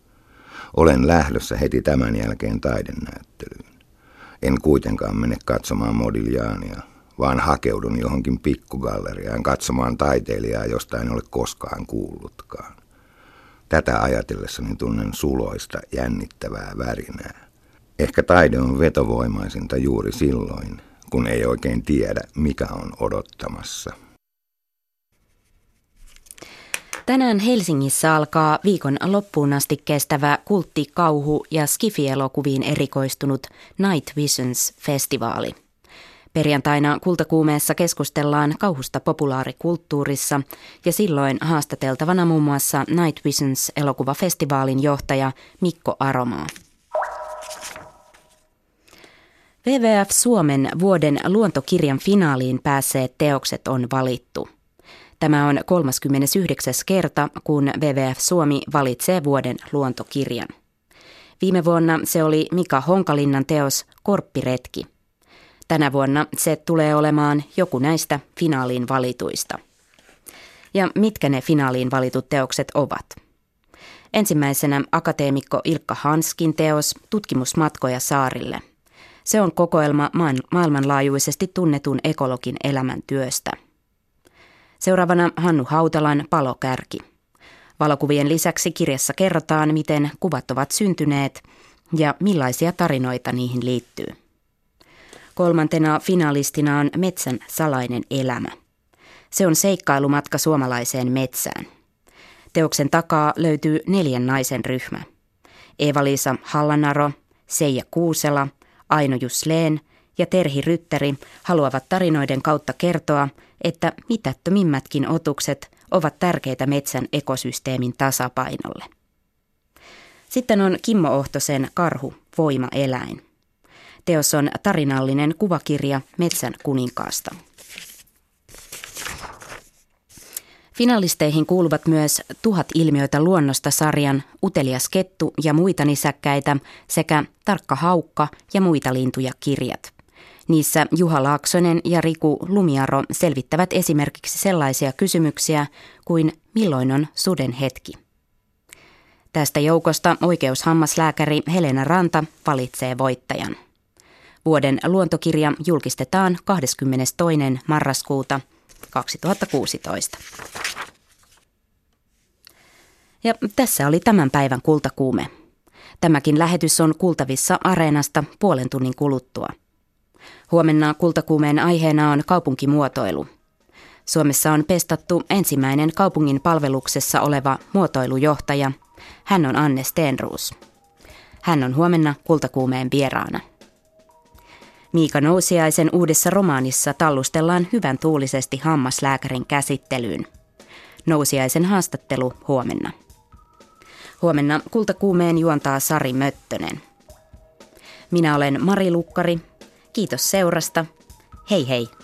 Olen lähdössä heti tämän jälkeen taidenäyttelyyn. En kuitenkaan mene katsomaan Modigliania, vaan hakeudun johonkin pikkugalleriaan katsomaan taiteilijaa, josta en ole koskaan kuullutkaan. Tätä ajatellessani tunnen suloista, jännittävää värinää. Ehkä taide on vetovoimaisinta juuri silloin, kun ei oikein tiedä, mikä on odottamassa. Tänään Helsingissä alkaa viikon loppuun asti kestävä kultti-, kauhu- ja skifi-elokuviin erikoistunut Night Visions-festivaali. Perjantaina Kultakuumeessa keskustellaan kauhusta populaarikulttuurissa ja silloin haastateltavana muun muassa Night Visions-elokuvafestivaalin johtaja Mikko Aromaa. WWF Suomen vuoden luontokirjan finaaliin päässeet teokset on valittu. Tämä on 39. kerta, kun WWF Suomi valitsee vuoden luontokirjan. Viime vuonna se oli Mika Honkalinnan teos Korppiretki. Tänä vuonna se tulee olemaan joku näistä finaaliin valituista. Ja mitkä ne finaaliin valitut teokset ovat? Ensimmäisenä akateemikko Ilkka Hanskin teos Tutkimusmatkoja saarille. Se on kokoelma maailmanlaajuisesti tunnetun ekologin elämäntyöstä. Seuraavana Hannu Hautalan Palokärki. Valokuvien lisäksi kirjassa kerrotaan, miten kuvat ovat syntyneet ja millaisia tarinoita niihin liittyy. Kolmantena finalistina on Metsän salainen elämä. Se on seikkailumatka suomalaiseen metsään. Teoksen takaa löytyy 4 naisen ryhmä. Eeva-Liisa Hallanaro, Seija Kuusela, Aino Jusleen ja Terhi Ryttäri haluavat tarinoiden kautta kertoa, että mitättömimmätkin otukset ovat tärkeitä metsän ekosysteemin tasapainolle. Sitten on Kimmo Ohtosen Karhu, voimaeläin. Teos on tarinallinen kuvakirja Metsän kuninkaasta. Finalisteihin kuuluvat myös 1000 ilmiöitä luonnosta -sarjan Utelias kettu ja muita nisäkkäitä sekä Tarkka haukka ja muita lintuja -kirjat. Niissä Juha Laaksonen ja Riku Lumiaro selvittävät esimerkiksi sellaisia kysymyksiä kuin milloin on suden hetki. Tästä joukosta oikeushammaslääkäri Helena Ranta valitsee voittajan. Vuoden luontokirja julkistetaan 22. marraskuuta 2016. Ja tässä oli tämän päivän Kultakuume. Tämäkin lähetys on kuultavissa Areenasta puolen tunnin kuluttua. Huomenna Kultakuumeen aiheena on kaupunkimuotoilu. Suomessa on pestattu ensimmäinen kaupungin palveluksessa oleva muotoilujohtaja. Hän on Anne Stenroos. Hän on huomenna Kultakuumeen vieraana. Miika Nousiaisen uudessa romaanissa tallustellaan hyvän tuulisesti hammaslääkärin käsittelyyn. Nousiaisen haastattelu huomenna. Huomenna Kultakuumeen juontaa Sari Möttönen. Minä olen Mari Lukkari. Kiitos seurasta. Hei hei!